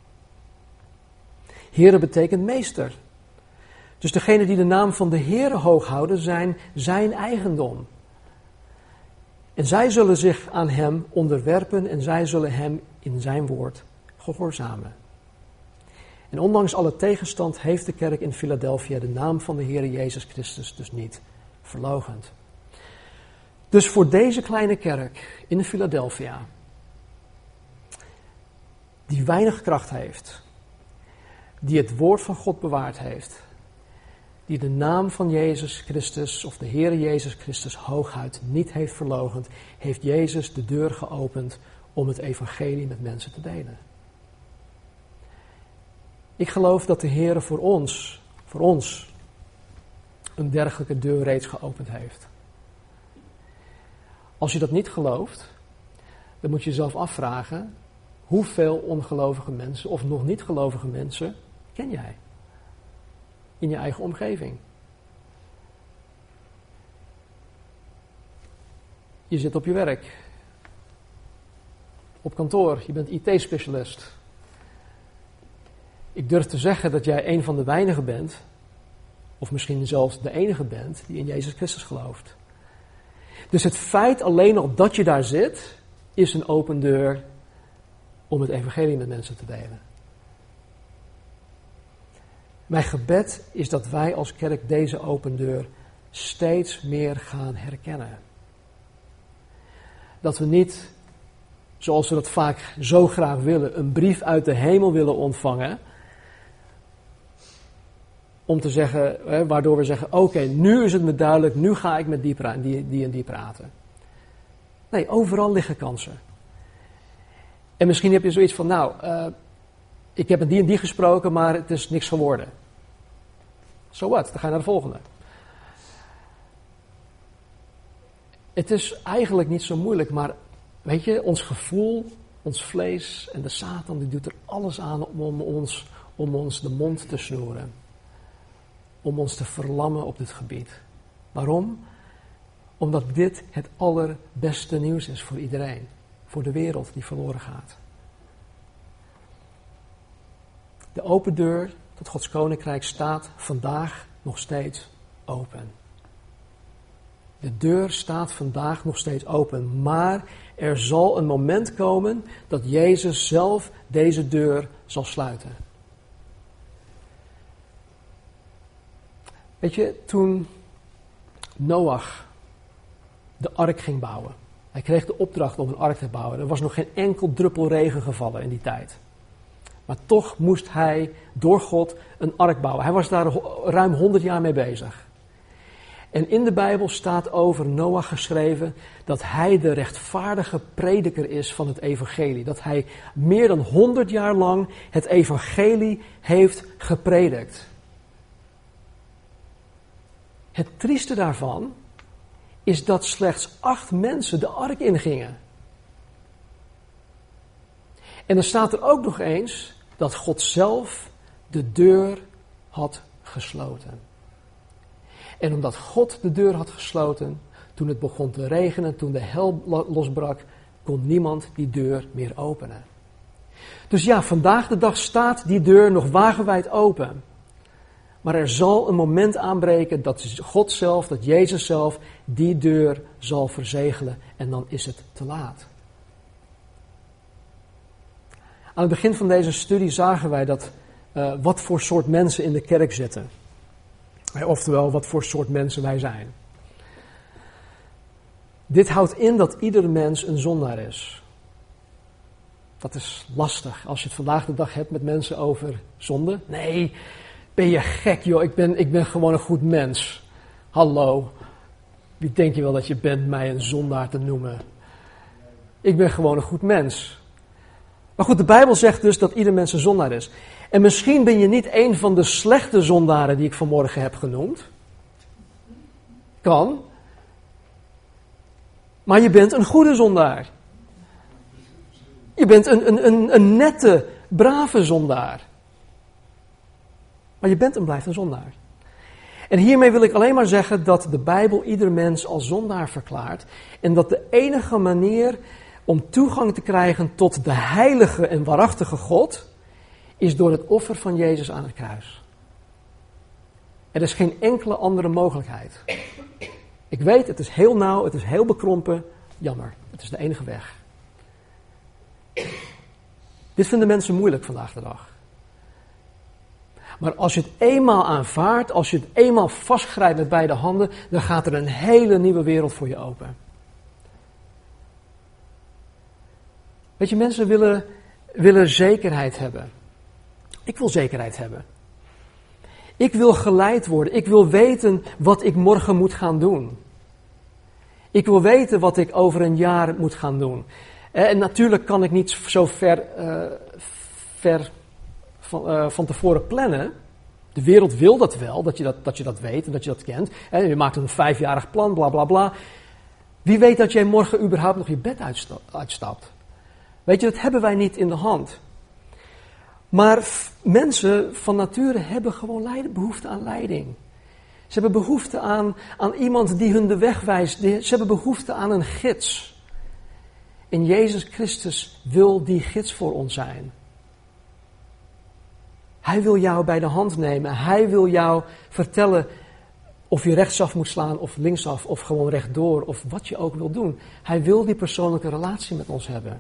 Heere betekent meester. Dus degene die de naam van de Heere hoog houden, zijn zijn eigendom. En zij zullen zich aan hem onderwerpen en zij zullen hem in zijn woord gehoorzamen. En ondanks alle tegenstand heeft de kerk in Philadelphia de naam van de Heere Jezus Christus dus niet verloochend. Dus voor deze kleine kerk in Philadelphia, die weinig kracht heeft, die het woord van God bewaard heeft, die de naam van Jezus Christus of de Heere Jezus Christus hooghoudt, niet heeft verloochend, heeft Jezus de deur geopend om het evangelie met mensen te delen. Ik geloof dat de Heere voor ons, voor ons, een dergelijke deur reeds geopend heeft. Als je dat niet gelooft, dan moet je jezelf afvragen, hoeveel ongelovige mensen of nog niet gelovige mensen ken jij? In je eigen omgeving. Je zit op je werk. Op kantoor, je bent I T-specialist. Ik durf te zeggen dat jij een van de weinigen bent, of misschien zelfs de enige bent, die in Jezus Christus gelooft. Dus het feit alleen al dat je daar zit, is een open deur om het evangelie met mensen te delen. Mijn gebed is dat wij als kerk deze open deur steeds meer gaan herkennen. Dat we niet, zoals we dat vaak zo graag willen, een brief uit de hemel willen ontvangen. Om te zeggen, hè, waardoor we zeggen, oké, okay, nu is het me duidelijk, nu ga ik met die, pra- die, die en die praten. Nee, overal liggen kansen. En misschien heb je zoiets van, nou, uh, ik heb met die en die gesproken, maar het is niks geworden. So what? Dan ga je naar de volgende. Het is eigenlijk niet zo moeilijk, maar weet je, ons gevoel, ons vlees en de Satan, die doet er alles aan om ons, om ons de mond te snoeren. Om ons te verlammen op dit gebied. Waarom? Omdat dit het allerbeste nieuws is voor iedereen. Voor de wereld die verloren gaat. De open deur tot Gods koninkrijk staat vandaag nog steeds open. De deur staat vandaag nog steeds open, maar er zal een moment komen dat Jezus zelf deze deur zal sluiten. Weet je, toen Noach de ark ging bouwen, hij kreeg de opdracht om een ark te bouwen. Er was nog geen enkel druppel regen gevallen in die tijd. Maar toch moest hij door God een ark bouwen. Hij was daar ruim honderd jaar mee bezig. En in de Bijbel staat over Noach geschreven dat hij de rechtvaardige prediker is van het evangelie. Dat hij meer dan honderd jaar lang het evangelie heeft gepredikt. Het trieste daarvan is dat slechts acht mensen de ark ingingen. En dan staat er ook nog eens dat God zelf de deur had gesloten. En omdat God de deur had gesloten, toen het begon te regenen, toen de hel losbrak, kon niemand die deur meer openen. Dus ja, vandaag de dag staat die deur nog wagenwijd open. Maar er zal een moment aanbreken dat God zelf, dat Jezus zelf, die deur zal verzegelen en dan is het te laat. Aan het begin van deze studie zagen wij dat uh, wat voor soort mensen in de kerk zitten. Oftewel, wat voor soort mensen wij zijn. Dit houdt in dat iedere mens een zondaar is. Dat is lastig als je het vandaag de dag hebt met mensen over zonde. Nee, ben je gek joh, ik ben, ik ben gewoon een goed mens. Hallo, wie denk je wel dat je bent mij een zondaar te noemen? Ik ben gewoon een goed mens. Maar goed, de Bijbel zegt dus dat ieder mens een zondaar is. En misschien ben je niet een van de slechte zondaren die ik vanmorgen heb genoemd. Kan. Maar je bent een goede zondaar. Je bent een, een, een, een nette, brave zondaar. Maar je bent en blijft een zondaar. En hiermee wil ik alleen maar zeggen dat de Bijbel ieder mens als zondaar verklaart. En dat de enige manier om toegang te krijgen tot de heilige en waarachtige God is door het offer van Jezus aan het kruis. Er is geen enkele andere mogelijkheid. Ik weet, het is heel nauw, het is heel bekrompen. Jammer, het is de enige weg. Dit vinden mensen moeilijk vandaag de dag. Maar als je het eenmaal aanvaardt, als je het eenmaal vastgrijpt met beide handen, dan gaat er een hele nieuwe wereld voor je open. Weet je, mensen willen, willen zekerheid hebben. Ik wil zekerheid hebben. Ik wil geleid worden. Ik wil weten wat ik morgen moet gaan doen. Ik wil weten wat ik over een jaar moet gaan doen. En natuurlijk kan ik niet zo ver, uh, ver van, uh, van tevoren plannen. De wereld wil dat wel, dat je dat, dat je dat weet en dat je dat kent. En je maakt een vijfjarig plan, bla bla bla. Wie weet dat jij morgen überhaupt nog je bed uitstapt? Weet je, dat hebben wij niet in de hand. Maar f- mensen van nature hebben gewoon leiden, behoefte aan leiding. Ze hebben behoefte aan, aan iemand die hun de weg wijst. Ze hebben behoefte aan een gids. En Jezus Christus wil die gids voor ons zijn. Hij wil jou bij de hand nemen. Hij wil jou vertellen of je rechtsaf moet slaan of linksaf of gewoon rechtdoor of wat je ook wil doen. Hij wil die persoonlijke relatie met ons hebben.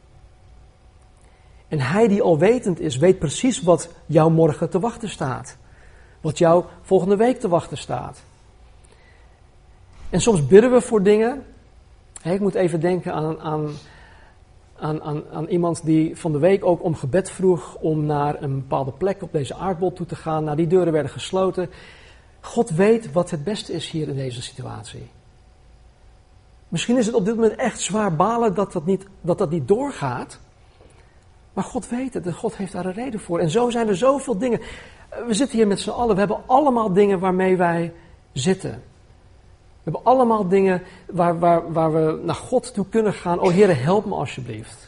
En hij die alwetend is, weet precies wat jou morgen te wachten staat. Wat jou volgende week te wachten staat. En soms bidden we voor dingen. Ik moet even denken aan, aan, aan, aan, aan iemand die van de week ook om gebed vroeg om naar een bepaalde plek op deze aardbol toe te gaan. Nou, die deuren werden gesloten. God weet wat het beste is hier in deze situatie. Misschien is het op dit moment echt zwaar balen dat dat niet, dat dat niet doorgaat. Maar God weet het en God heeft daar een reden voor. En zo zijn er zoveel dingen. We zitten hier met z'n allen. We hebben allemaal dingen waarmee wij zitten. We hebben allemaal dingen waar, waar, waar we naar God toe kunnen gaan. O Heere, help me alsjeblieft.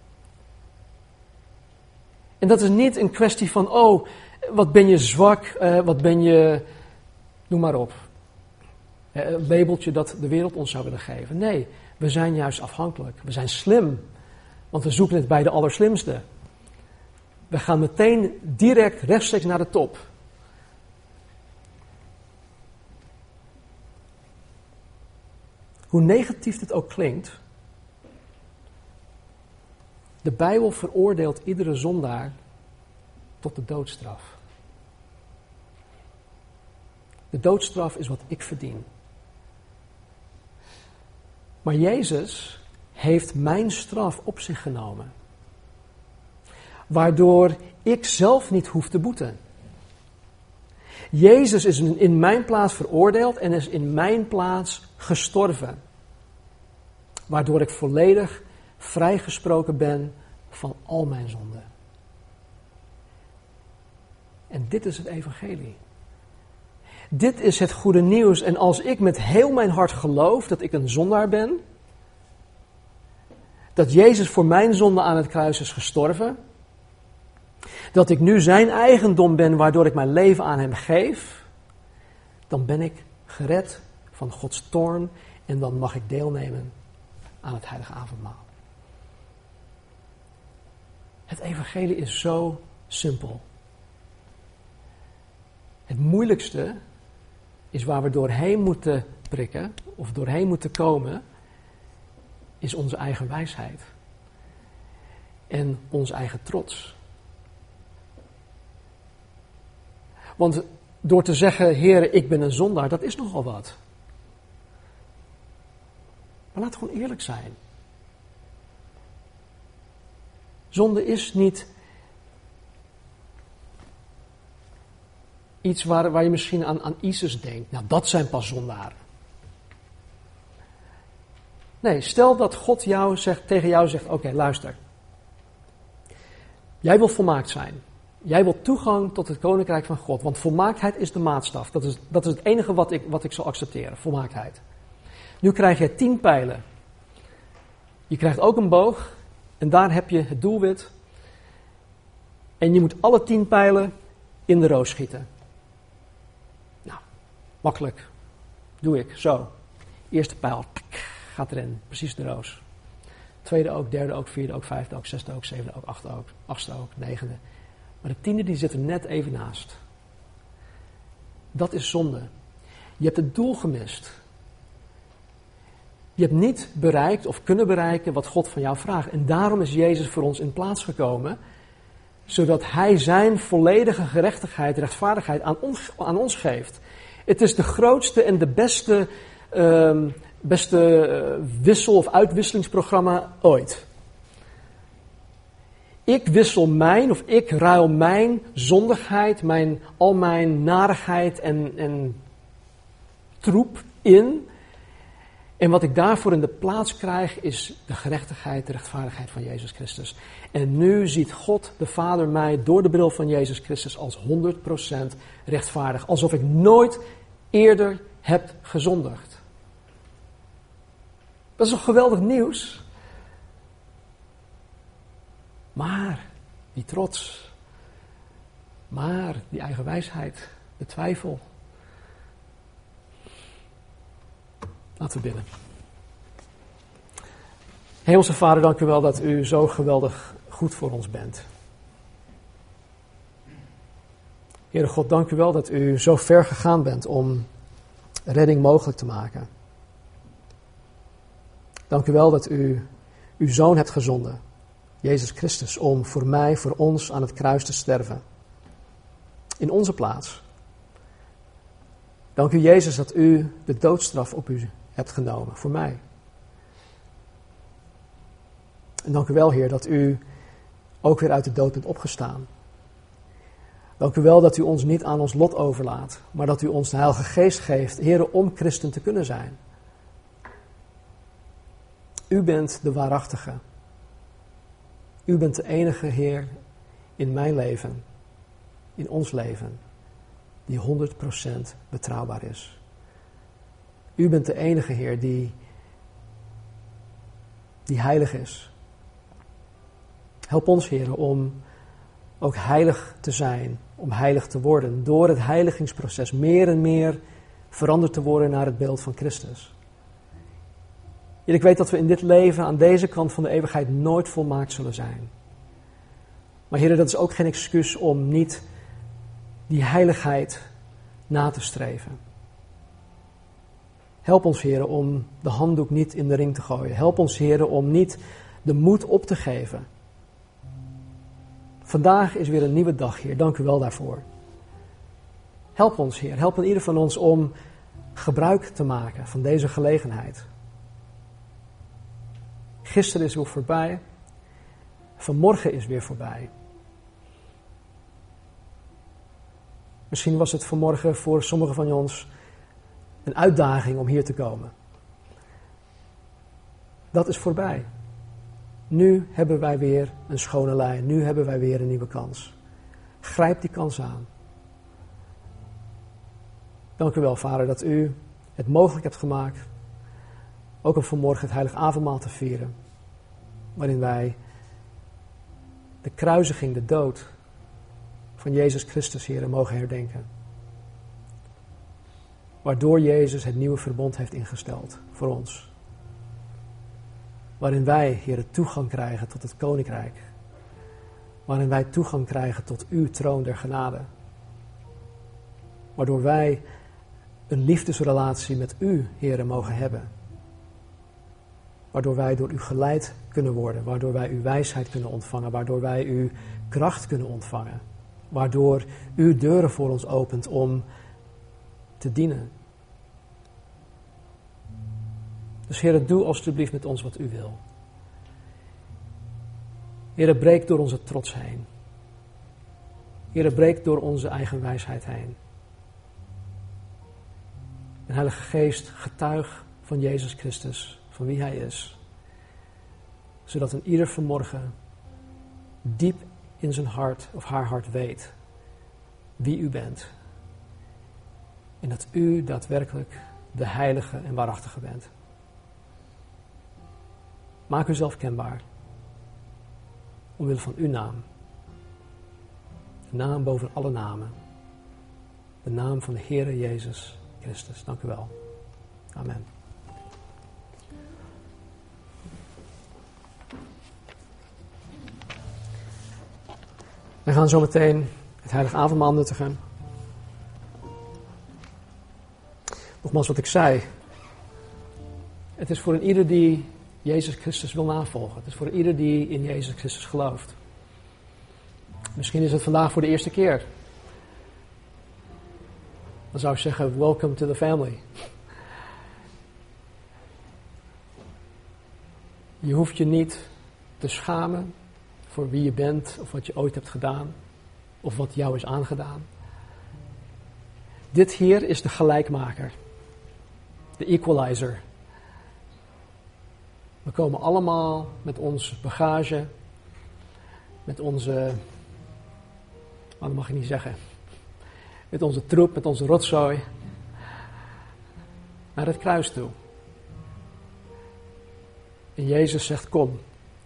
En dat is niet een kwestie van, oh, wat ben je zwak, uh, wat ben je, noem maar op. Uh, een labeltje dat de wereld ons zou willen geven. Nee, we zijn juist afhankelijk. We zijn slim. Want we zoeken het bij de allerslimste. We gaan meteen direct rechtstreeks naar de top. Hoe negatief dit ook klinkt. De Bijbel veroordeelt iedere zondaar tot de doodstraf. De doodstraf is wat ik verdien. Maar Jezus heeft mijn straf op zich genomen. Waardoor ik zelf niet hoef te boeten. Jezus is in mijn plaats veroordeeld en is in mijn plaats gestorven. Waardoor ik volledig vrijgesproken ben van al mijn zonden. En dit is het evangelie. Dit is het goede nieuws. En als ik met heel mijn hart geloof dat ik een zondaar ben, dat Jezus voor mijn zonde aan het kruis is gestorven, dat ik nu zijn eigendom ben waardoor ik mijn leven aan hem geef, dan ben ik gered van Gods toorn en dan mag ik deelnemen aan het heilige avondmaal. Het evangelie is zo simpel. Het moeilijkste is waar we doorheen moeten prikken of doorheen moeten komen, is onze eigen wijsheid en onze eigen trots. Want door te zeggen, Heere, ik ben een zondaar, dat is nogal wat. Maar laat gewoon eerlijk zijn. Zonde is niet iets waar, waar je misschien aan, aan ISIS denkt. Nou, dat zijn pas zondaren. Nee, stel dat God jou zegt, tegen jou zegt, oké, okay, luister. Jij wil volmaakt zijn. Jij wil toegang tot het koninkrijk van God. Want volmaaktheid is de maatstaf. Dat is, dat is het enige wat ik, wat ik zal accepteren. Volmaaktheid. Nu krijg je tien pijlen. Je krijgt ook een boog. En daar heb je het doelwit. En je moet alle tien pijlen in de roos schieten. Nou, makkelijk. Doe ik. Zo. Eerste pijl. Gaat erin. Precies de roos. Tweede ook, derde ook, vierde ook, vijfde ook, zesde ook, zevende ook, achtste ook, achtste ook, negende. Maar de tiende die zit er net even naast. Dat is zonde. Je hebt het doel gemist. Je hebt niet bereikt of kunnen bereiken wat God van jou vraagt. En daarom is Jezus voor ons in plaats gekomen. Zodat Hij zijn volledige gerechtigheid, rechtvaardigheid aan ons, aan ons geeft. Het is de grootste en de beste, uh, beste uh, wissel- of uitwisselingsprogramma ooit. Ik wissel mijn, of ik ruil mijn zondigheid, mijn, al mijn narigheid en, en troep in. En wat ik daarvoor in de plaats krijg is de gerechtigheid, de rechtvaardigheid van Jezus Christus. En nu ziet God de Vader mij door de bril van Jezus Christus als honderd procent rechtvaardig. Alsof ik nooit eerder heb gezondigd. Dat is toch geweldig nieuws? Maar die trots, maar die eigen wijsheid, de twijfel. Laten we bidden. Hemelse Vader, dank u wel dat u zo geweldig goed voor ons bent. Heere God, dank u wel dat u zo ver gegaan bent om redding mogelijk te maken. Dank u wel dat u uw Zoon hebt gezonden, Jezus Christus, om voor mij, voor ons aan het kruis te sterven. In onze plaats. Dank u Jezus dat u de doodstraf op u hebt genomen, voor mij. En dank u wel, Heer, dat u ook weer uit de dood bent opgestaan. Dank u wel dat u ons niet aan ons lot overlaat, maar dat u ons de Heilige Geest geeft, Heer, om christen te kunnen zijn. U bent de waarachtige. U bent de enige Heer in mijn leven, in ons leven, die honderd procent betrouwbaar is. U bent de enige Heer die, die heilig is. Help ons, Heer, om ook heilig te zijn, om heilig te worden, door het heiligingsproces meer en meer veranderd te worden naar het beeld van Christus. Heer, ik weet dat we in dit leven aan deze kant van de eeuwigheid nooit volmaakt zullen zijn. Maar Heer, dat is ook geen excuus om niet die heiligheid na te streven. Help ons, Heer, om de handdoek niet in de ring te gooien. Help ons, Heer, om niet de moed op te geven. Vandaag is weer een nieuwe dag, Heer. Dank u wel daarvoor. Help ons, Heer. Help in ieder van ons om gebruik te maken van deze gelegenheid. Gisteren is weer voorbij. Vanmorgen is weer voorbij. Misschien was het vanmorgen voor sommigen van ons een uitdaging om hier te komen. Dat is voorbij. Nu hebben wij weer een schone lijn. Nu hebben wij weer een nieuwe kans. Grijp die kans aan. Dank u wel, Vader, dat u het mogelijk hebt gemaakt ook om vanmorgen het heilige avondmaal te vieren. Waarin wij de kruisiging, de dood van Jezus Christus, Heer, mogen herdenken. waardoor Jezus het nieuwe verbond heeft ingesteld voor ons. Waarin wij, Heere, toegang krijgen tot het koninkrijk. Waarin wij toegang krijgen tot uw troon der genade. Waardoor wij een liefdesrelatie met u, Heere, mogen hebben. Waardoor wij door u geleid kunnen worden. Waardoor wij uw wijsheid kunnen ontvangen. Waardoor wij uw kracht kunnen ontvangen. Waardoor u deuren voor ons opent om te dienen. Dus Heere, doe alstublieft met ons wat u wil. Heere, breek door onze trots heen. Heere, breek door onze eigen wijsheid heen. En Heilige Geest, getuig van Jezus Christus, van wie Hij is. Zodat een ieder vanmorgen diep in zijn hart of haar hart weet wie u bent. En dat u daadwerkelijk de heilige en waarachtige bent. Maak uzelf kenbaar. Omwille van uw naam. De naam boven alle namen. De naam van de Heere Jezus Christus. Dank u wel. Amen. We gaan zo meteen het heilige avondmaal nuttigen. Nogmaals wat ik zei. Het is voor een ieder die Jezus Christus wil navolgen. Het is voor ieder die in Jezus Christus gelooft. Misschien is het vandaag voor de eerste keer. Dan zou ik zeggen, welcome to the family. Je hoeft je niet te schamen voor wie je bent of wat je ooit hebt gedaan. Of wat jou is aangedaan. Dit hier is de gelijkmaker. De equalizer. We komen allemaal met ons bagage, met onze, wat mag ik niet zeggen, met onze troep, met onze rotzooi, naar het kruis toe. En Jezus zegt, kom,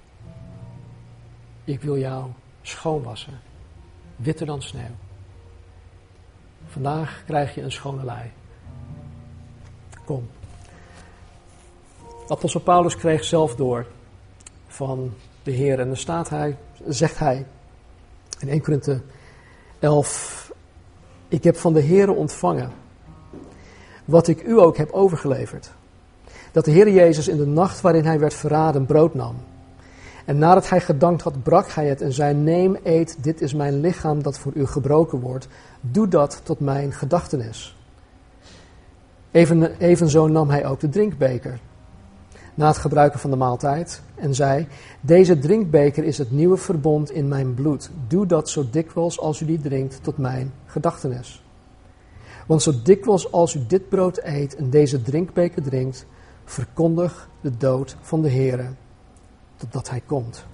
ik wil jou schoonwassen, witter dan sneeuw. Vandaag krijg je een schone lei. Kom. Apostel Paulus kreeg zelf door van de Heer. En dan staat hij, zegt hij in Eerste Korinthe elf. Ik heb van de Heer ontvangen wat ik u ook heb overgeleverd. Dat de Heer Jezus in de nacht waarin hij werd verraden brood nam. En nadat hij gedankt had, brak hij het en zei, neem, eet, dit is mijn lichaam dat voor u gebroken wordt. Doe dat tot mijn gedachtenis. Even, evenzo nam hij ook de drinkbeker na het gebruiken van de maaltijd en zei, deze drinkbeker is het nieuwe verbond in mijn bloed. Doe dat zo dikwijls als u die drinkt tot mijn gedachtenis. Want zo dikwijls als u dit brood eet en deze drinkbeker drinkt, verkondig de dood van de Heere totdat hij komt.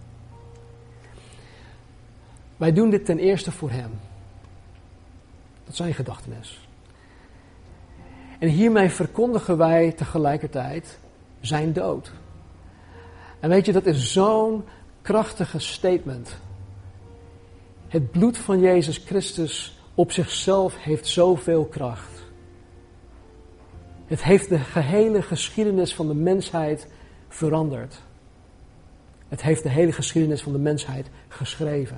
Wij doen dit ten eerste voor hem. Tot zijn gedachtenis. En hiermee verkondigen wij tegelijkertijd zijn dood. En weet je, dat is zo'n krachtige statement. Het bloed van Jezus Christus op zichzelf heeft zoveel kracht. Het heeft de gehele geschiedenis van de mensheid veranderd. Het heeft de hele geschiedenis van de mensheid geschreven.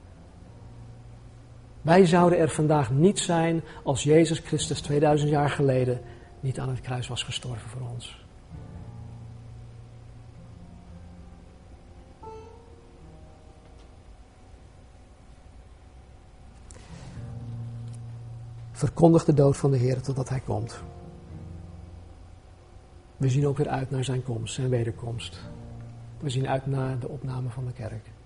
Wij zouden er vandaag niet zijn als Jezus Christus tweeduizend jaar geleden niet aan het kruis was gestorven voor ons. Verkondig de dood van de Heer totdat hij komt. We zien ook weer uit naar zijn komst, zijn wederkomst. We zien uit naar de opname van de kerk.